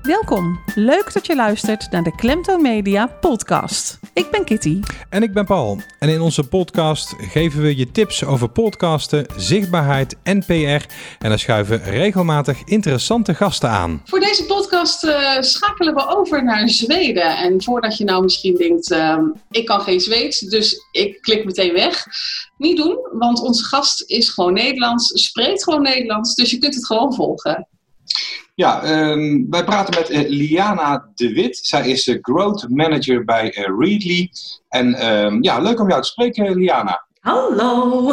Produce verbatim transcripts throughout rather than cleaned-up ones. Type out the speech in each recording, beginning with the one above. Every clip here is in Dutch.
Welkom. Leuk dat je luistert naar de Klemtoon Media podcast. Ik ben Kitty. En ik ben Paul. En in onze podcast geven we je tips over podcasten, zichtbaarheid en P R. En dan schuiven regelmatig interessante gasten aan. Voor deze podcast uh, schakelen we over naar Zweden. En voordat je nou misschien denkt, uh, ik kan geen Zweeds, dus ik klik meteen weg. Niet doen, want onze gast is gewoon Nederlands, spreekt gewoon Nederlands, dus je kunt het gewoon volgen. Ja, um, wij praten met uh, Liana de Wit. Zij is uh, Growth Manager bij uh, Readly. En um, ja, leuk om jou te spreken, Liana. Hallo!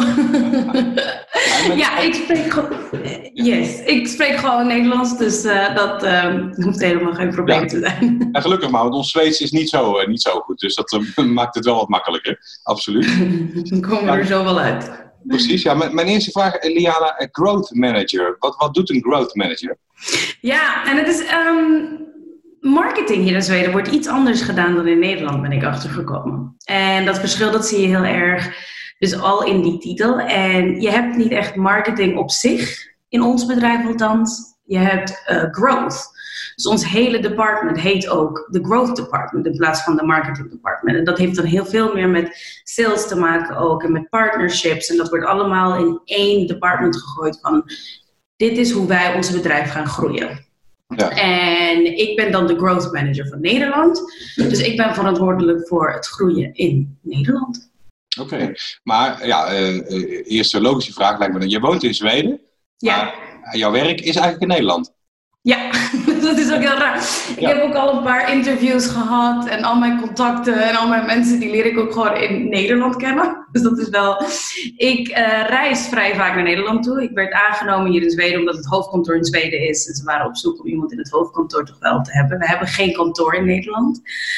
ja, ja, ik spreek gewoon... Yes, ik spreek gewoon Nederlands, dus uh, dat uh, hoeft helemaal geen probleem ja. te zijn. En gelukkig maar, want ons Zweeds is niet zo, uh, niet zo goed, dus dat uh, maakt het wel wat makkelijker. Absoluut. Dan komen we ja. er zo wel uit. Precies, ja. M- mijn eerste vraag, Liana, uh, Growth Manager. Wat, wat doet een Growth Manager? Ja, en het is... Um, marketing hier in Zweden wordt iets anders gedaan dan in Nederland, ben ik achtergekomen. En dat verschil, dat zie je heel erg, dus al in die titel. En je hebt niet echt marketing op zich, in ons bedrijf althans. Je hebt uh, growth. Dus ons hele department heet ook de growth department in plaats van de marketing department. En dat heeft dan heel veel meer met sales te maken ook en met partnerships. En dat wordt allemaal in één department gegooid van... Dit is hoe wij ons bedrijf gaan groeien. Ja. En ik ben dan de growth manager van Nederland. Dus ik ben verantwoordelijk voor het groeien in Nederland. Oké, okay. maar ja, uh, eerste logische vraag lijkt me dan. Je woont in Zweden, ja. maar jouw werk is eigenlijk in Nederland. Ja, dat is ook heel raar. Ik ja. heb ook al een paar interviews gehad en al mijn contacten en al mijn mensen, die leer ik ook gewoon in Nederland kennen. Dus dat is wel... Ik uh, reis vrij vaak naar Nederland toe. Ik werd aangenomen hier in Zweden omdat het hoofdkantoor in Zweden is. En ze waren op zoek om iemand in het hoofdkantoor toch wel te hebben. We hebben geen kantoor in Nederland.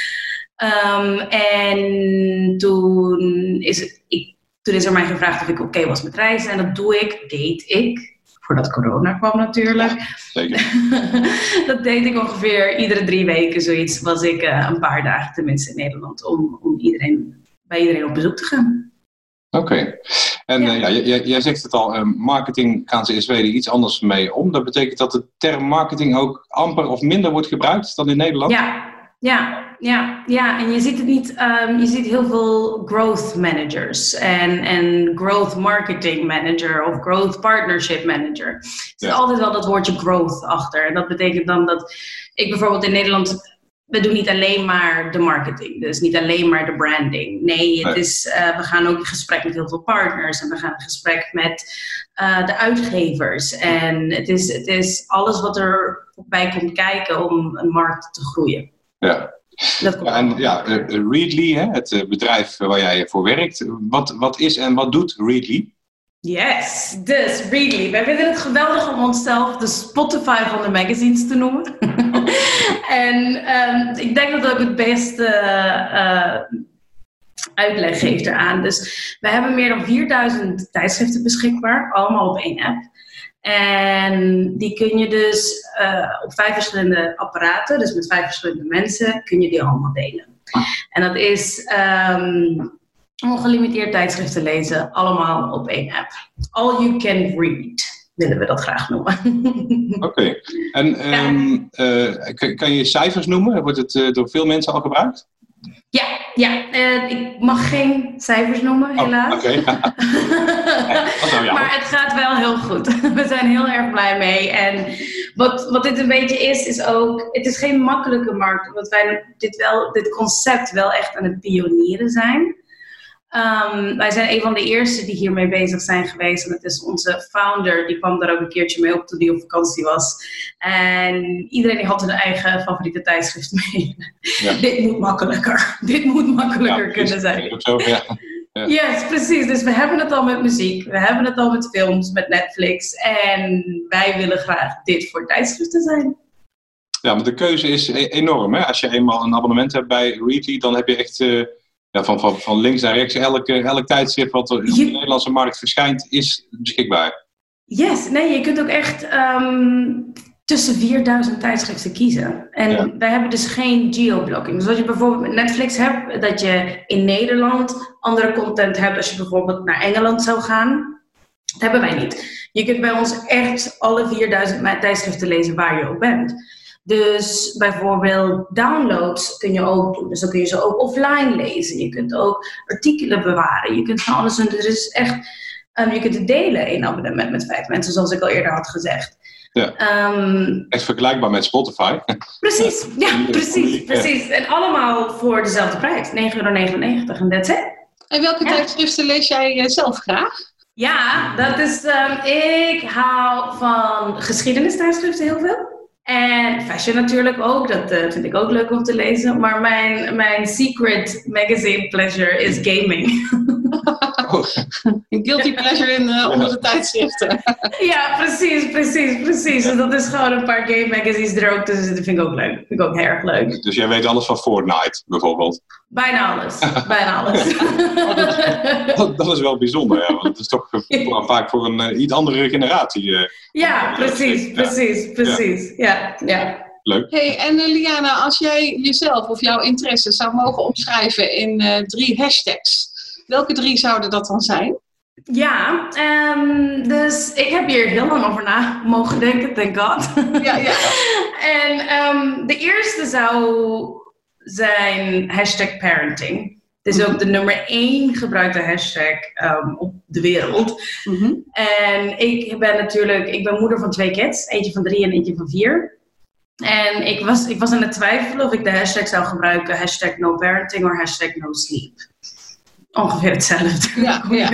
Um, en toen is, het, ik, toen is er mij gevraagd of ik oké okay was met reizen. En dat doe ik, deed ik. Voordat corona kwam natuurlijk. Zeker. Dat deed ik ongeveer iedere drie weken zoiets. Was ik uh, een paar dagen tenminste in Nederland om, om iedereen, bij iedereen op bezoek te gaan. Oké. Okay. En ja. Uh, ja, jij, jij zegt het al, uh, marketing gaan ze in Zweden iets anders mee om. Dat betekent dat de term marketing ook amper of minder wordt gebruikt dan in Nederland? Ja. Ja, ja, ja, en je ziet het niet, um, je ziet heel veel growth managers en, en growth marketing manager of growth partnership manager. Er zit ja. altijd wel dat woordje growth achter. En dat betekent dan dat ik bijvoorbeeld in Nederland, we doen niet alleen maar de marketing, dus niet alleen maar de branding. Nee, het nee. Is, uh, we gaan ook in gesprek met heel veel partners en we gaan in gesprek met uh, de uitgevers. En het is, het is alles wat er bij komt kijken om een markt te groeien. Ja. ja, en ja, uh, Readly, hè, het uh, bedrijf waar jij voor werkt. Wat, wat is en wat doet Readly? Yes, dus Readly. Wij vinden het geweldig om onszelf de Spotify van de magazines te noemen. en um, ik denk dat dat ook het beste uh, uitleg geeft eraan. Dus wij hebben meer dan vierduizend tijdschriften beschikbaar, allemaal op één app. En die kun je dus uh, op vijf verschillende apparaten, dus met vijf verschillende mensen, kun je die allemaal delen. En dat is um, ongelimiteerd tijdschriften lezen, allemaal op één app. All you can read, willen we dat graag noemen. Oké. Okay. En um, ja. uh, kan je cijfers noemen? Wordt het uh, door veel mensen al gebruikt? Ja, ja. Uh, ik mag geen cijfers noemen, helaas. Oh, okay. ja, maar het gaat wel heel goed. We zijn heel erg blij mee. En wat, wat dit een beetje is, is ook... Het is geen makkelijke markt, omdat wij dit, wel, dit concept wel echt aan het pionieren zijn. Um, wij zijn een van de eerste die hiermee bezig zijn geweest. En het is onze founder, die kwam daar ook een keertje mee op toen hij op vakantie was. En iedereen die had zijn eigen favoriete tijdschrift mee. Ja. Dit moet makkelijker. Dit moet makkelijker ja, kunnen zijn. Zo, ja. Ja. Yes, precies. Dus we hebben het al met muziek. We hebben het al met films, met Netflix. En wij willen graag dit voor tijdschriften zijn. Ja, maar de keuze is enorm. Hè? Als je eenmaal een abonnement hebt bij Readly, dan heb je echt... Uh... Ja, van, van, van links naar rechts, elke, elk tijdschrift wat er op de Nederlandse markt verschijnt, is beschikbaar. Yes, nee, je kunt ook echt um, tussen vierduizend tijdschriften kiezen. En ja. wij hebben dus geen geoblocking. Dus wat je bijvoorbeeld met Netflix hebt, dat je in Nederland andere content hebt als je bijvoorbeeld naar Engeland zou gaan. Dat hebben wij niet. Je kunt bij ons echt alle vierduizend tijdschriften lezen waar je ook bent. Dus bijvoorbeeld downloads kun je ook doen. Dus dan kun je ze ook offline lezen. Je kunt ook artikelen bewaren. Je kunt van alles doen. Er is echt, um, je kunt het delen in abonnement met vijf mensen, zoals ik al eerder had gezegd. Ja. Um, echt vergelijkbaar met Spotify. Precies, ja, precies, precies. En allemaal voor dezelfde prijs. negen euro negenennegentig en that's it. En welke ja. tijdschriften lees jij zelf graag? Ja, dat is... Um, ik hou van geschiedenistijdschriften heel veel. En fashion natuurlijk ook. Dat uh, vind ik ook leuk om te lezen. Maar mijn, mijn secret magazine pleasure is gaming. Oh. Guilty pleasure in uh, onze tijdschriften. Ja, precies, precies, precies. En dat is gewoon een paar game magazines er ook tussen zitten. Vind ik ook leuk. Vind ik ook heel erg leuk. Dus jij weet alles van Fortnite, bijvoorbeeld? Bijna alles. Bijna alles. Oh, dat, dat, dat is wel bijzonder, ja. Want het is toch uh, vaak voor een uh, iets andere generatie. Uh, ja, precies, ja. precies, precies. Ja, ja. Leuk. Hey, en uh, Liana, als jij jezelf of jouw interesse zou mogen omschrijven in uh, drie hashtags, welke drie zouden dat dan zijn? Ja, um, dus ik heb hier heel lang over na mogen denken, thank God. Ja, ja. En um, de eerste zou zijn hashtag parenting. Het is mm-hmm. ook de nummer één gebruikte hashtag um, op de wereld. Mm-hmm. En ik ben natuurlijk, ik ben moeder van twee kids, eentje van drie en eentje van vier. En ik was, ik was aan het twijfelen of ik de hashtag zou gebruiken, hashtag no parenting of hashtag no sleep. Ongeveer hetzelfde. Ja, ja.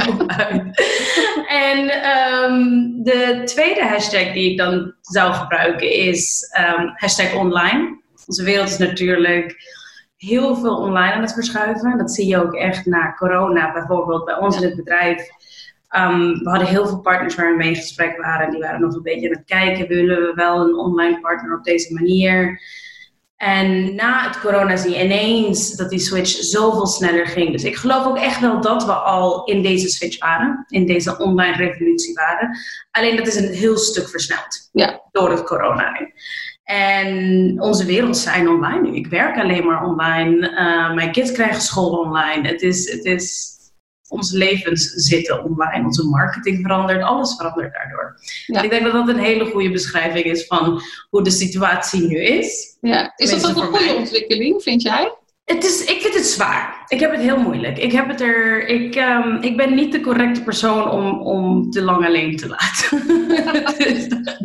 En um, de tweede hashtag die ik dan zou gebruiken is um, hashtag online. Onze wereld is natuurlijk heel veel online aan het verschuiven. Dat zie je ook echt na corona. Bijvoorbeeld bij ons in het bedrijf. Um, we hadden heel veel partners waar we mee in gesprek waren. En die waren nog een beetje aan het kijken. Willen we wel een online partner op deze manier? En na het corona zie je ineens dat die switch zoveel sneller ging. Dus ik geloof ook echt wel dat we al in deze switch waren. In deze online revolutie waren. Alleen dat is een heel stuk versneld. Ja. Door het corona nu. En onze wereld zijn online nu. Ik werk alleen maar online. Uh, mijn kids krijgen school online. Het is, het is, onze levens zitten online. Onze marketing verandert. Alles verandert daardoor. Ja. En ik denk dat dat een hele goede beschrijving is van hoe de situatie nu is. Ja. Is dat ook een goede mij. ontwikkeling, vind jij? Het is, ik vind het zwaar. Ik heb het heel moeilijk. Ik, heb het er, ik, um, ik ben niet de correcte persoon om, om te lang alleen te laten. dus,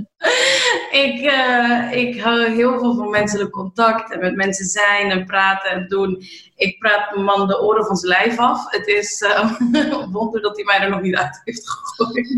ik, uh, ik hou heel veel van menselijk contact en met mensen zijn en praten en doen. Ik praat mijn man de oren van zijn lijf af. Het is uh, een wonder dat hij mij er nog niet uit heeft gegooid.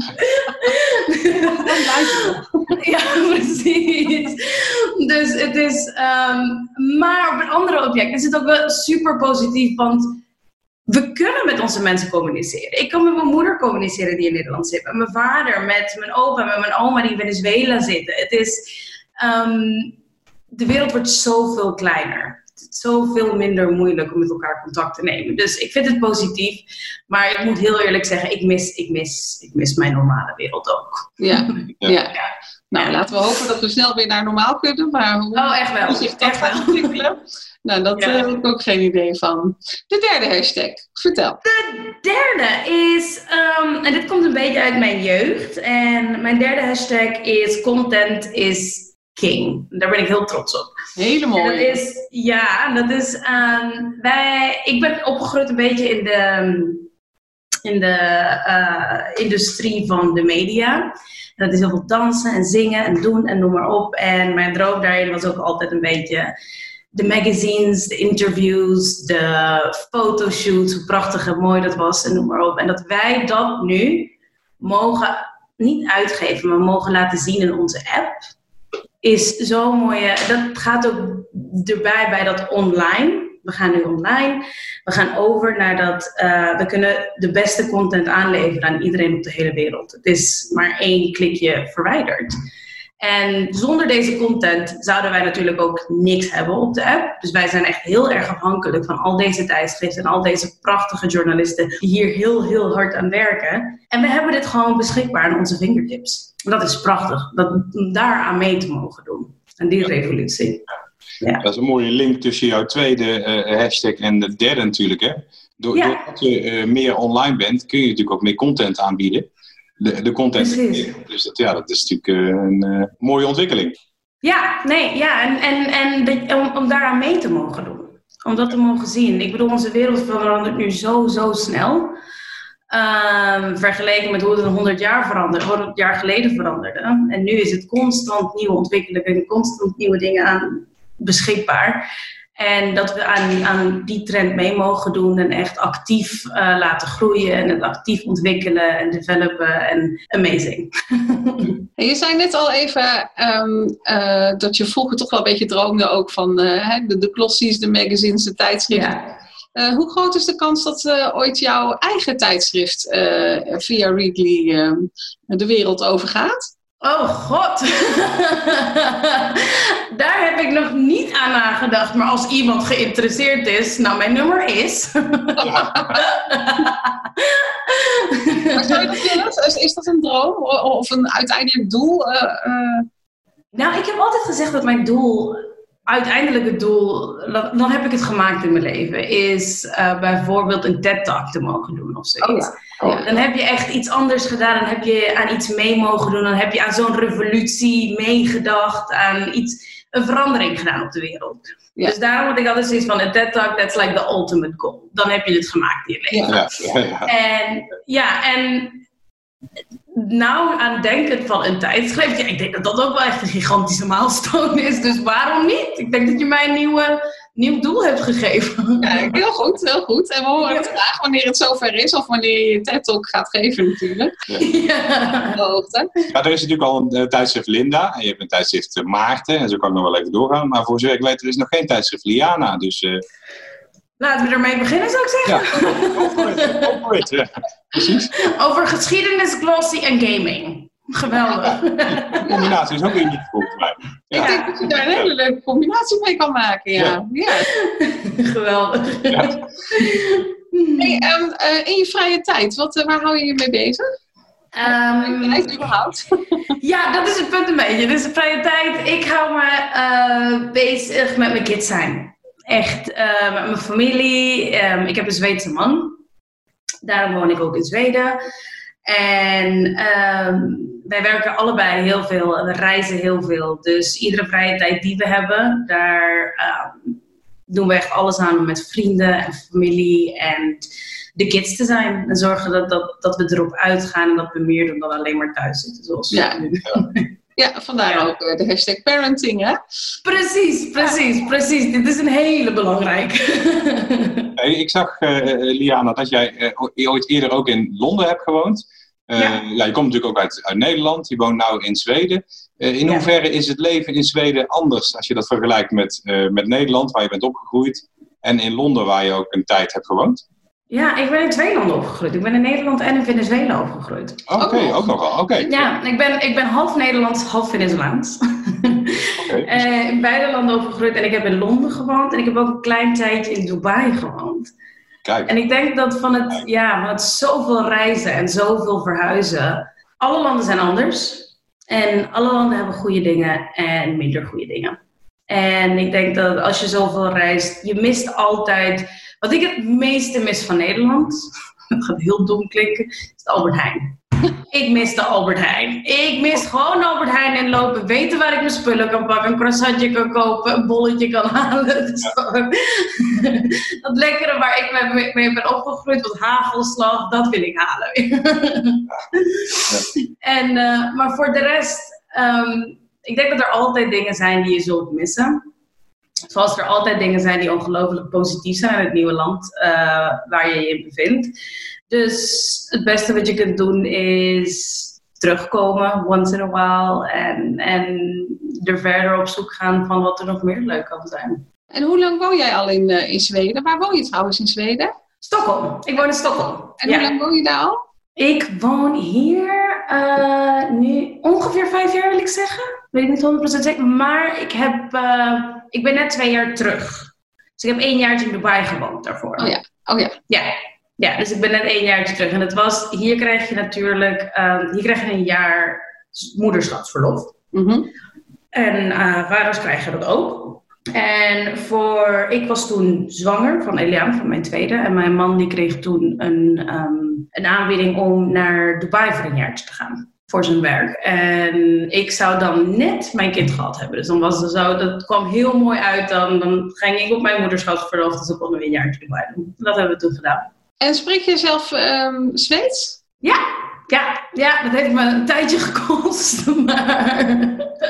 Ja, precies. Dus het is... Um, maar op een andere object is het ook wel super positief, want we kunnen met onze mensen communiceren. Ik kan met mijn moeder communiceren die in Nederland zit. Met mijn vader, met mijn opa, met mijn oma die in Venezuela zitten. Het is... Um, de wereld wordt zoveel kleiner. Het is zoveel minder moeilijk om met elkaar contact te nemen. Dus ik vind het positief. Maar ik moet heel eerlijk zeggen, ik mis, ik mis, ik mis mijn normale wereld ook. Ja, ja. ja. Nou, ja. Laten we hopen dat we snel weer naar normaal kunnen. Maar hoe, oh, echt wel. Hoe zich dat gaat ontwikkelen? Nou, dat ja. uh, heb ik ook geen idee van. De derde hashtag, vertel. De derde is, um, en dit komt een beetje uit mijn jeugd. En mijn derde hashtag is content is king. Daar ben ik heel trots op. Hele mooi. En dat is, ja, dat is, um, wij, ik ben opgegroeid een beetje in de, in de uh, industrie van de media. En dat is heel veel dansen en zingen en doen en noem maar op. En mijn droom daarin was ook altijd een beetje de magazines, de interviews, de fotoshoots, hoe prachtig en mooi dat was en noem maar op. En dat wij dat nu mogen niet uitgeven, maar mogen laten zien in onze app, is zo'n mooie. Dat gaat ook erbij bij dat online. We gaan nu online. We gaan over naar dat uh, we kunnen de beste content aanleveren aan iedereen op de hele wereld. Het is maar één klikje verwijderd. En zonder deze content zouden wij natuurlijk ook niks hebben op de app. Dus wij zijn echt heel erg afhankelijk van al deze tijdschriften en al deze prachtige journalisten die hier heel, heel hard aan werken. En we hebben dit gewoon beschikbaar aan onze fingertips. Dat is prachtig, dat, om daar aan mee te mogen doen. En die revolutie. Ja. Dat is een mooie link tussen jouw tweede uh, hashtag en de derde natuurlijk. Hè? Door, ja. Doordat je uh, meer online bent, kun je natuurlijk ook meer content aanbieden. De, de content. Precies. Dus dat, ja, dat is natuurlijk uh, een uh, mooie ontwikkeling. Ja, nee, ja. En, en, en de, om, om daaraan mee te mogen doen. Om dat te mogen zien. Ik bedoel, onze wereld verandert nu zo, zo snel. Um, vergeleken met hoe het een honderd jaar veranderde, honderd jaar geleden veranderde. En nu is het constant nieuwe ontwikkelingen, constant nieuwe dingen aan beschikbaar. En dat we aan, aan die trend mee mogen doen en echt actief uh, laten groeien en het actief ontwikkelen en developen en amazing. En je zei net al even um, uh, dat je vroeger toch wel een beetje droomde ook van uh, de, de glossies, de magazines, de tijdschriften. Ja. Uh, hoe groot is de kans dat uh, ooit jouw eigen tijdschrift uh, via Readly uh, de wereld overgaat? Oh god, daar heb ik nog niet aan nagedacht. Maar als iemand geïnteresseerd is, nou mijn nummer is. Maar zou je dat willen? Is, is dat een droom of een uiteindelijk doel? Uh, uh... Nou, ik heb altijd gezegd dat mijn doel, uiteindelijk het doel, dan heb ik het gemaakt in mijn leven, is uh, bijvoorbeeld een TED-talk te mogen doen of zoiets. Oh ja. Oh, dan heb je echt iets anders gedaan, dan heb je aan iets mee mogen doen, dan heb je aan zo'n revolutie meegedacht, aan iets, een verandering gedaan op de wereld. Ja. Dus daarom had ik altijd zoiets van, een TED-talk, that's like the ultimate goal. Dan heb je het gemaakt in je leven. Ja, ja, ja. En ja, en nou aan denken van een tijdschrift, ja, ik denk dat dat ook wel echt een gigantische milestone is, dus waarom niet? Ik denk dat je mij een nieuwe, nieuw doel hebt gegeven. Ja, heel goed, heel goed. En we horen het graag wanneer het zover is of wanneer je je TED-talk gaat geven natuurlijk. Ja. Ja. De hoogte. Ja, er is natuurlijk al een uh, tijdschrift Linda en je hebt een tijdschrift uh, Maarten en zo kan ik nog wel even doorgaan, maar voor zover ik weet er is nog geen tijdschrift Liana, dus... Uh... Laten we ermee beginnen, zou ik zeggen. Ja, go for it, go for it. Ja, precies. Over geschiedenis, glossy en gaming. Geweldig. Die combinatie is ook uniek volgens mij. Ja. Ik denk dat je daar een hele leuke combinatie mee kan maken, ja. ja. ja. Geweldig. Ja. Hey, um, uh, in je vrije tijd, wat, uh, waar hou je je mee bezig? Um, tijd überhaupt? Ja, dat is het punt een beetje. Dus de vrije tijd, ik hou me uh, bezig met mijn kids zijn. Echt, uh, met mijn familie. Um, ik heb een Zweedse man. Daarom woon ik ook in Zweden. En um, wij werken allebei heel veel. We reizen heel veel. Dus iedere vrije tijd die we hebben, daar um, doen we echt alles aan om met vrienden en familie en de kids te zijn. En zorgen dat, dat, dat we erop uitgaan en dat we meer doen dan alleen maar thuis zitten. Zoals ja. nu. Ja, vandaar ja. ook uh, de hashtag parenting, hè? Precies, precies, ja. precies. Dit is een hele belangrijke. Hey, ik zag, uh, Liana, dat jij uh, ooit eerder ook in Londen hebt gewoond. Uh, ja. ja, je komt natuurlijk ook uit, uit Nederland. Je woont nu in Zweden. Uh, in ja. hoeverre is het leven in Zweden anders als je dat vergelijkt met, uh, met Nederland, waar je bent opgegroeid, en in Londen, waar je ook een tijd hebt gewoond? Ja, ik ben in twee landen opgegroeid. Ik ben in Nederland en in Venezuela opgegroeid. Oké, okay, ook nog wel. Oké. Okay. Ja, ik ben, ik ben half Nederlands, half Venezolaans. Okay. uh, in beide landen opgegroeid en ik heb in Londen gewoond. En ik heb ook een klein tijdje in Dubai gewoond. Kijk. En ik denk dat van het, ja, van het zoveel reizen en zoveel verhuizen, alle landen zijn anders. En alle landen hebben goede dingen en minder goede dingen. En ik denk dat als je zoveel reist, je mist altijd... Wat ik het meeste mis van Nederland, dat gaat heel dom klinken, is de Albert Heijn. Ik mis de Albert Heijn. Ik mis gewoon Albert Heijn inlopen, weten waar ik mijn spullen kan pakken, een croissantje kan kopen, een bolletje kan halen. Dus gewoon, dat lekkere waar ik mee, mee ben opgegroeid, wat hagelslag, dat wil ik halen. en, uh, maar voor de rest, um, ik denk dat er altijd dingen zijn die je zult missen. Zoals er altijd dingen zijn die ongelooflijk positief zijn in het nieuwe land uh, waar je je bevindt. Dus het beste wat je kunt doen is terugkomen once in a while. En, en er verder op zoek gaan van wat er nog meer leuk kan zijn. En hoe lang woon jij al in, uh, in Zweden? Waar woon je trouwens in Zweden? Stockholm. Ik woon in Stockholm. En ja. hoe lang woon je daar al? Ik woon hier uh, nu ongeveer vijf jaar, wil ik zeggen. Weet ik niet honderd procent zeker. Maar ik, heb, uh, ik ben net twee jaar terug. Dus ik heb één jaartje in Dubai gewoond daarvoor. Oh ja, oh ja. Ja, ja, dus ik ben net één jaartje terug. En het was, hier krijg je natuurlijk, um, hier krijg je een jaar moederschapsverlof. Mm-hmm. En uh, vaders krijgen dat ook. En voor, ik was toen zwanger van Eliane, van mijn tweede. En mijn man die kreeg toen een, um, een aanbieding om naar Dubai voor een jaartje te gaan. voor zijn werk. En ik zou dan net mijn kind gehad hebben. Dus dan was het zo, dat kwam heel mooi uit. Dan, dan ging ik op mijn moederschap verloofd, dus ik kon er een jaartje erbij doen. Dat hebben we toen gedaan. En spreek je zelf um, Zweeds? Ja, ja, ja, dat heeft me een tijdje gekost. Maar,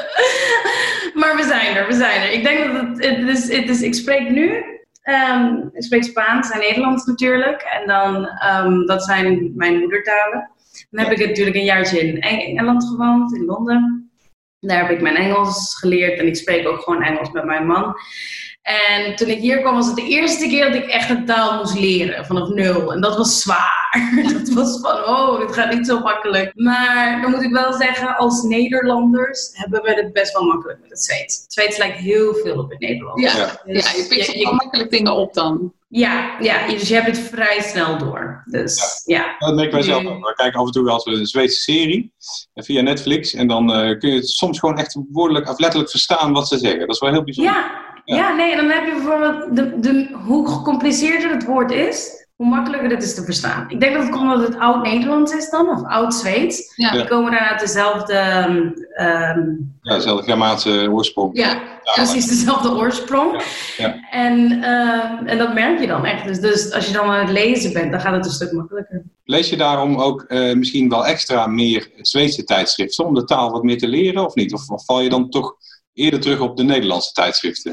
maar we zijn er, we zijn er. Ik denk dat het, het, is, het is, ik spreek nu, um, ik spreek Spaans en Nederlands natuurlijk. En dan, um, dat zijn mijn moedertalen. Dan heb ik natuurlijk een jaartje in Engeland gewoond, in Londen. Daar heb ik mijn Engels geleerd en ik spreek ook gewoon Engels met mijn man. En toen ik hier kwam was het de eerste keer dat ik echt een taal moest leren, vanaf nul. En dat was zwaar. Dat was van, oh, het gaat niet zo makkelijk. Maar dan moet ik wel zeggen, als Nederlanders hebben we het best wel makkelijk met het Zweeds. Het Zweeds lijkt heel veel op het Nederlands. Ja, dus ja, je pikt je, je, makkelijk dingen op dan. Ja, ja, dus je hebt het vrij snel door. Dus, ja. ja. Dat merken wij zelf ook. We kijken af en toe wel eens een Zweedse serie via Netflix. En dan uh, kun je het soms gewoon echt woordelijk of letterlijk verstaan wat ze zeggen. Dat is wel heel bijzonder. Ja, ja. ja nee, dan heb je bijvoorbeeld de, de, hoe gecompliceerder het woord is, hoe makkelijker het is te verstaan. Ik denk dat het komt omdat het oud-Nederlands is dan, of oud-Zweeds. Ja. Die komen dan uit dezelfde... Um, ja, dezelfde Germaanse oorsprong. Ja, ja, precies dezelfde oorsprong. Ja. Ja. En, um, en dat merk je dan echt. Dus, dus als je dan aan het lezen bent, dan gaat het een stuk makkelijker. Lees je daarom ook uh, misschien wel extra meer Zweedse tijdschriften om de taal wat meer te leren, of niet? Of, of val je dan toch eerder terug op de Nederlandse tijdschriften?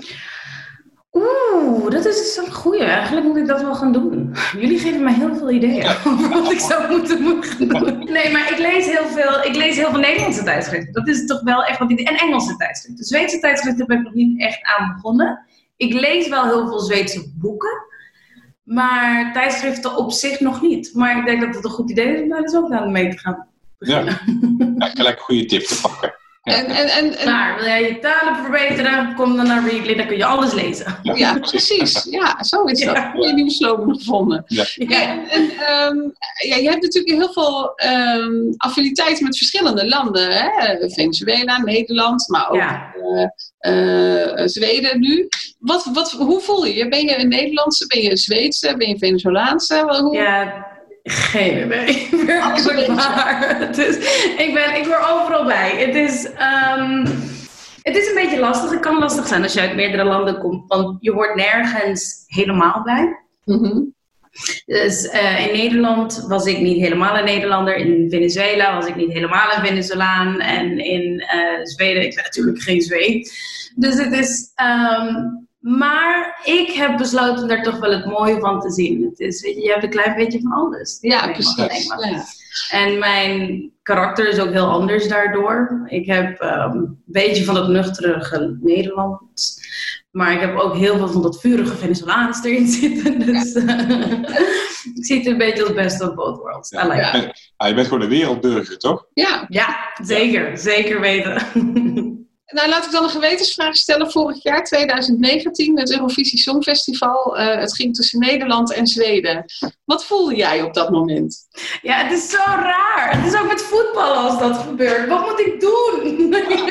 Oeh, dat is een goeie. Eigenlijk moet ik dat wel gaan doen. Jullie geven mij heel veel ideeën over wat ik zou moeten, moeten doen. Nee, maar ik lees heel veel, ik lees heel veel Nederlandse tijdschriften. Dat is toch wel echt wat ik... En Engelse tijdschriften. De Zweedse tijdschriften ben ik nog niet echt aan begonnen. Ik lees wel heel veel Zweedse boeken. Maar tijdschriften op zich nog niet. Maar ik denk dat het een goed idee is om daar dus ook aan mee te gaan beginnen. Ja, ja gelijk een goede tip te pakken. Ja. En, en, en, en... Maar wil jij je talen verbeteren, kom dan naar Readly, dan kun je alles lezen. Ja, precies. Ja, zo is dat. Ja. Een nieuwe slogan gevonden. Ja. Ja, en, en, um, ja, je hebt natuurlijk heel veel um, affiniteit met verschillende landen. Hè? Venezuela, Nederland, maar ook ja. uh, uh, Zweden nu. Wat, wat, hoe voel je je? Ben je een Nederlandse, ben je een Zweedse, ben je een Venezolaanse? Hoe... Ja. Geen idee. Werkelijk waar. Het is, ik, ben, ik hoor overal bij. Het is, um, het is een beetje lastig. Het kan lastig zijn als je uit meerdere landen komt. Want je hoort nergens helemaal bij. Mm-hmm. Dus uh, in Nederland was ik niet helemaal een Nederlander. In Venezuela was ik niet helemaal een Venezolaan. En in uh, Zweden, ik ben natuurlijk geen Zweed. Dus het is... Um, Maar ik heb besloten daar toch wel het mooie van te zien. Het is, weet je, je hebt een klein beetje van alles. Ja, precies. Ja. En mijn karakter is ook heel anders daardoor. Ik heb um, een beetje van het nuchtere Nederlands. Maar ik heb ook heel veel van dat vurige Venezolaans erin zitten. Dus ja. uh, ik zie het een beetje als best of both worlds. Ja, like ja. Ja, je bent gewoon een wereldburger, toch? Ja, ja zeker. Ja. Zeker weten. Nou, laat ik dan een gewetensvraag stellen. Vorig jaar, twintig negentien, het Eurovisie Songfestival. Uh, het ging tussen Nederland en Zweden. Wat voelde jij op dat moment? Ja, het is zo raar. Het is ook met voetballen als dat gebeurt. Wat moet ik doen?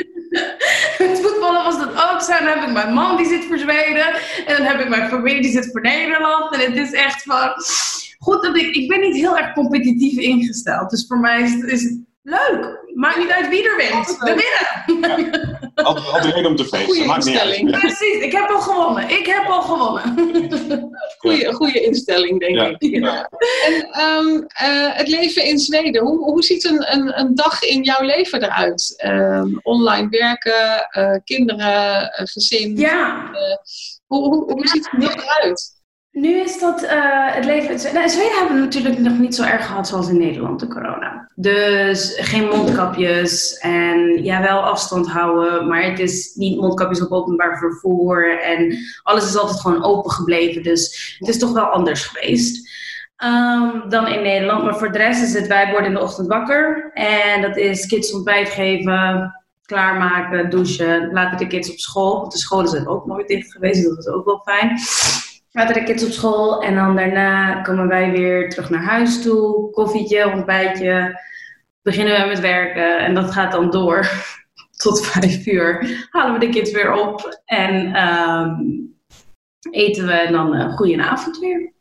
Met voetballen was dat ook zo. Dan heb ik mijn man die zit voor Zweden. En dan heb ik mijn familie die zit voor Nederland. En het is echt van... Goed, dat ik, ik ben niet heel erg competitief ingesteld. Dus voor mij is het... Is het leuk. Maakt niet uit wie er wint. We winnen. Ja. Altijd, altijd reden om te feesten. Goeie Maakt instelling. Niet uit. Precies. Ik heb al gewonnen. Ik heb al gewonnen. Goeie, goeie instelling, denk ja. ik. Ja. En um, uh, het leven in Zweden. Hoe, hoe ziet een, een, een dag in jouw leven eruit? Um, online werken, uh, kinderen, uh, gezin. Ja. Uh, hoe hoe, hoe ja. ziet het dag eruit? Nu is dat uh, het leven in Zweden. Nou, in Zweden hebben we natuurlijk nog niet zo erg gehad zoals in Nederland, de corona. Dus geen mondkapjes en ja, wel afstand houden. Maar het is niet mondkapjes op openbaar vervoer. En alles is altijd gewoon open gebleven. Dus het is toch wel anders geweest um, dan in Nederland. Maar voor de rest is het, wij worden in de ochtend wakker. En dat is kids ontbijt geven, klaarmaken, douchen. Laten de kids op school. Want de scholen zijn ook nooit dicht geweest, dus dat is ook wel fijn. Laten de kids op school en dan daarna komen wij weer terug naar huis toe. Koffietje, ontbijtje. Beginnen we met werken en dat gaat dan door tot vijf uur. Halen we de kids weer op en um, eten we en dan uh, goedenavond weer.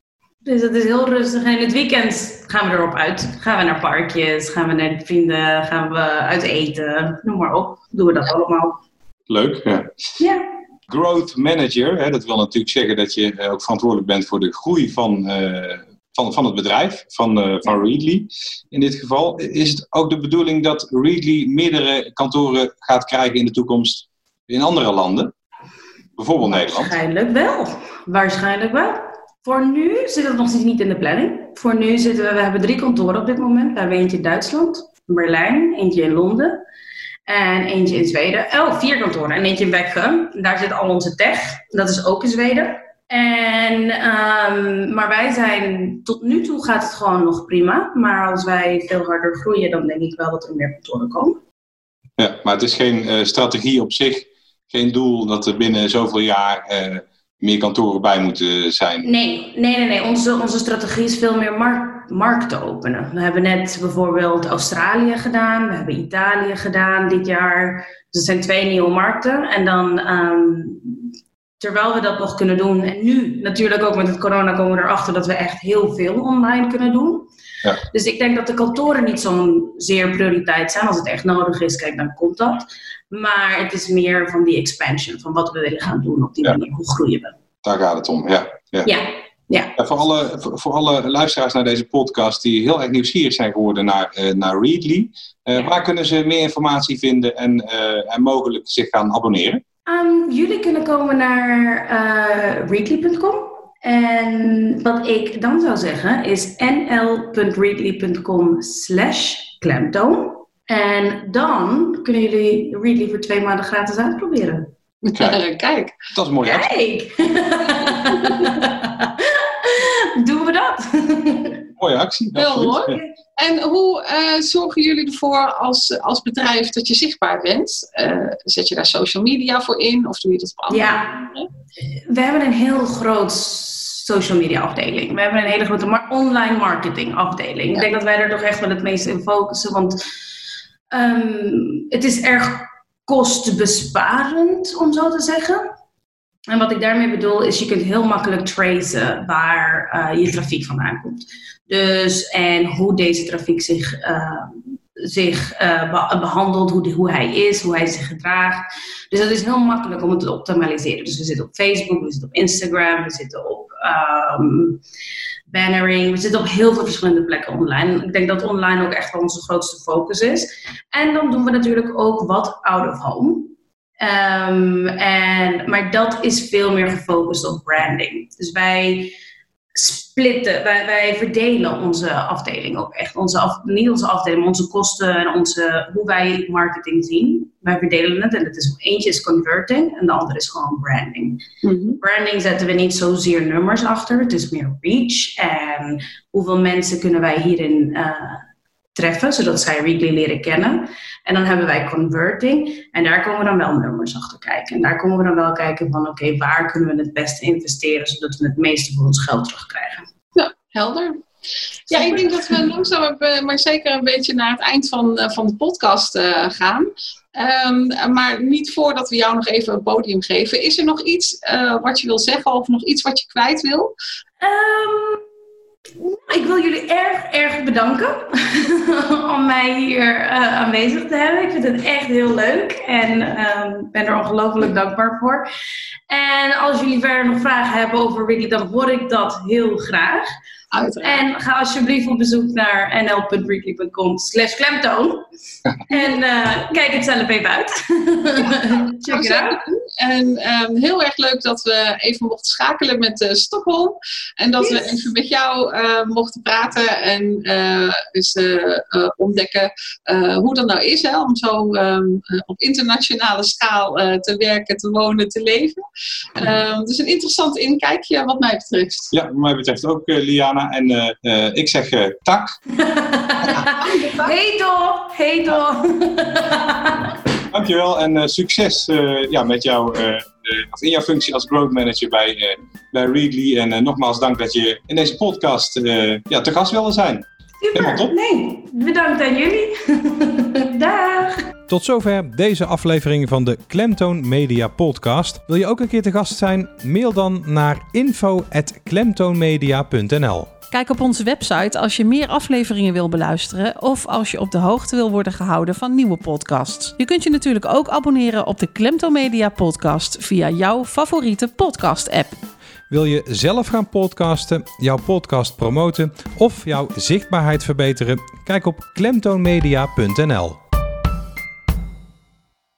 Dus het is heel rustig. En in het weekend gaan we erop uit. Gaan we naar parkjes, gaan we naar vrienden, gaan we uit eten. Noem maar op. Doen we dat allemaal. Leuk, ja. Ja. Growth manager, hè, dat wil natuurlijk zeggen dat je uh, ook verantwoordelijk bent voor de groei van, uh, van, van het bedrijf, van, uh, van Readly in dit geval. Is het ook de bedoeling dat Readly meerdere kantoren gaat krijgen in de toekomst in andere landen? Bijvoorbeeld Nederland? Waarschijnlijk wel. Waarschijnlijk wel. Voor nu zit het nog steeds niet in de planning. Voor nu zitten we, we hebben drie kantoren op dit moment. We hebben eentje in Duitsland, Berlijn, eentje in Londen en eentje in Zweden. Oh, vier kantoren en eentje in Wekke. Daar zit al onze tech. Dat is ook in Zweden. En, um, maar wij zijn, tot nu toe gaat het gewoon nog prima. Maar als wij veel harder groeien, dan denk ik wel dat er meer kantoren komen. Ja, maar het is geen uh, strategie op zich, geen doel dat er binnen zoveel jaar uh, meer kantoren bij moeten zijn. Nee, nee, nee. nee. Onze, onze strategie is veel meer markt, markten openen. We hebben net bijvoorbeeld Australië gedaan, we hebben Italië gedaan dit jaar. Dus dat zijn twee nieuwe markten. En dan, um, terwijl we dat nog kunnen doen, en nu natuurlijk ook met het corona komen we erachter dat we echt heel veel online kunnen doen. Ja. Dus ik denk dat de kantoren niet zo'n zeer prioriteit zijn. Als het echt nodig is, kijk, dan komt dat. Maar het is meer van die expansion, van wat we willen gaan doen op die ja. manier. Hoe groeien we? Daar gaat het om, ja. ja. ja. ja. ja voor, alle, voor, voor alle luisteraars naar deze podcast die heel erg nieuwsgierig zijn geworden naar, uh, naar Readly. Uh, ja. Waar kunnen ze meer informatie vinden en, uh, en mogelijk zich gaan abonneren? Um, jullie kunnen komen naar uh, readly punt com. En wat ik dan zou zeggen is nl.readly.com slash klemtoon. En dan kunnen jullie Readly voor twee maanden gratis uitproberen. Kijk, Kijk. Dat is mooi. Kijk! Doen we dat? Mooie actie. Heel mooi. En hoe uh, zorgen jullie ervoor als, als bedrijf dat je zichtbaar bent? Uh, zet je daar social media voor in of doe je dat op andere ja. manieren? We hebben een heel groot social media afdeling. We hebben een hele grote mar- online marketing afdeling. Ja. Ik denk dat wij er toch echt wel het meest in focussen, want um, het is erg kostbesparend, om zo te zeggen. En wat ik daarmee bedoel is, je kunt heel makkelijk tracen waar uh, je trafiek vandaan komt. Dus, en hoe deze trafiek zich, uh, zich uh, be- behandelt, hoe, die, hoe hij is, hoe hij zich gedraagt. Dus dat is heel makkelijk om het te optimaliseren. Dus we zitten op Facebook, we zitten op Instagram, we zitten op um, bannering. We zitten op heel veel verschillende plekken online. Ik denk dat online ook echt wel onze grootste focus is. En dan doen we natuurlijk ook wat out of home. Um, en, maar dat is veel meer gefocust op branding. Dus wij splitten, wij, wij verdelen onze afdeling ook echt. Onze af, niet onze afdeling, maar onze kosten en onze, hoe wij marketing zien. Wij verdelen het en het is, eentje is converting en de andere is gewoon branding. Mm-hmm. Branding zetten we niet zozeer nummers achter, het is meer reach. En hoeveel mensen kunnen wij hierin uh, treffen, zodat zij Readly leren kennen. En dan hebben wij converting. En daar komen we dan wel nummers achter kijken. En daar komen we dan wel kijken van, oké, okay, waar kunnen we het beste investeren, zodat we het meeste voor ons geld terugkrijgen. Ja, helder. Ja, ik denk dat we langzaam, maar zeker een beetje naar het eind van, van de podcast uh, gaan. Um, maar niet voordat we jou nog even een podium geven. Is er nog iets uh, wat je wil zeggen of nog iets wat je kwijt wil? Um... Ik wil jullie erg, erg bedanken om mij hier uh, aanwezig te hebben. Ik vind het echt heel leuk en uh, ben er ongelooflijk dankbaar voor. En als jullie verder nog vragen hebben over Readly, dan hoor ik dat heel graag. Uiteraard. En ga alsjeblieft op bezoek naar nl.readly.com slash klemtoon. En uh, kijk het zelf even uit. Check it out. En um, heel erg leuk dat we even mochten schakelen met uh, Stockholm. En dat yes. we even met jou uh, mochten praten en uh, eens uh, uh, ontdekken uh, hoe dat nou is. Hè, om zo um, uh, op internationale schaal uh, te werken, te wonen, te leven. Um, dus een interessant inkijkje wat mij betreft. Ja, wat mij betreft ook uh, Liana. En uh, uh, ik zeg uh, tak. Hey toch, hey toch. Dankjewel en uh, succes uh, ja, met jou, uh, uh, of in jouw functie als growth manager bij, uh, bij Readly. En uh, nogmaals dank dat je in deze podcast uh, ja, te gast wilde zijn. Super, nee, bedankt aan jullie. Dag. Tot zover deze aflevering van de Klemtoon Media Podcast. Wil je ook een keer te gast zijn? Mail dan naar info at klemtoonmedia punt n l. Kijk op onze website als je meer afleveringen wil beluisteren of als je op de hoogte wil worden gehouden van nieuwe podcasts. Je kunt je natuurlijk ook abonneren op de Klemtoon Media Podcast via jouw favoriete podcast-app. Wil je zelf gaan podcasten, jouw podcast promoten of jouw zichtbaarheid verbeteren? Kijk op klemtoonmedia punt n l.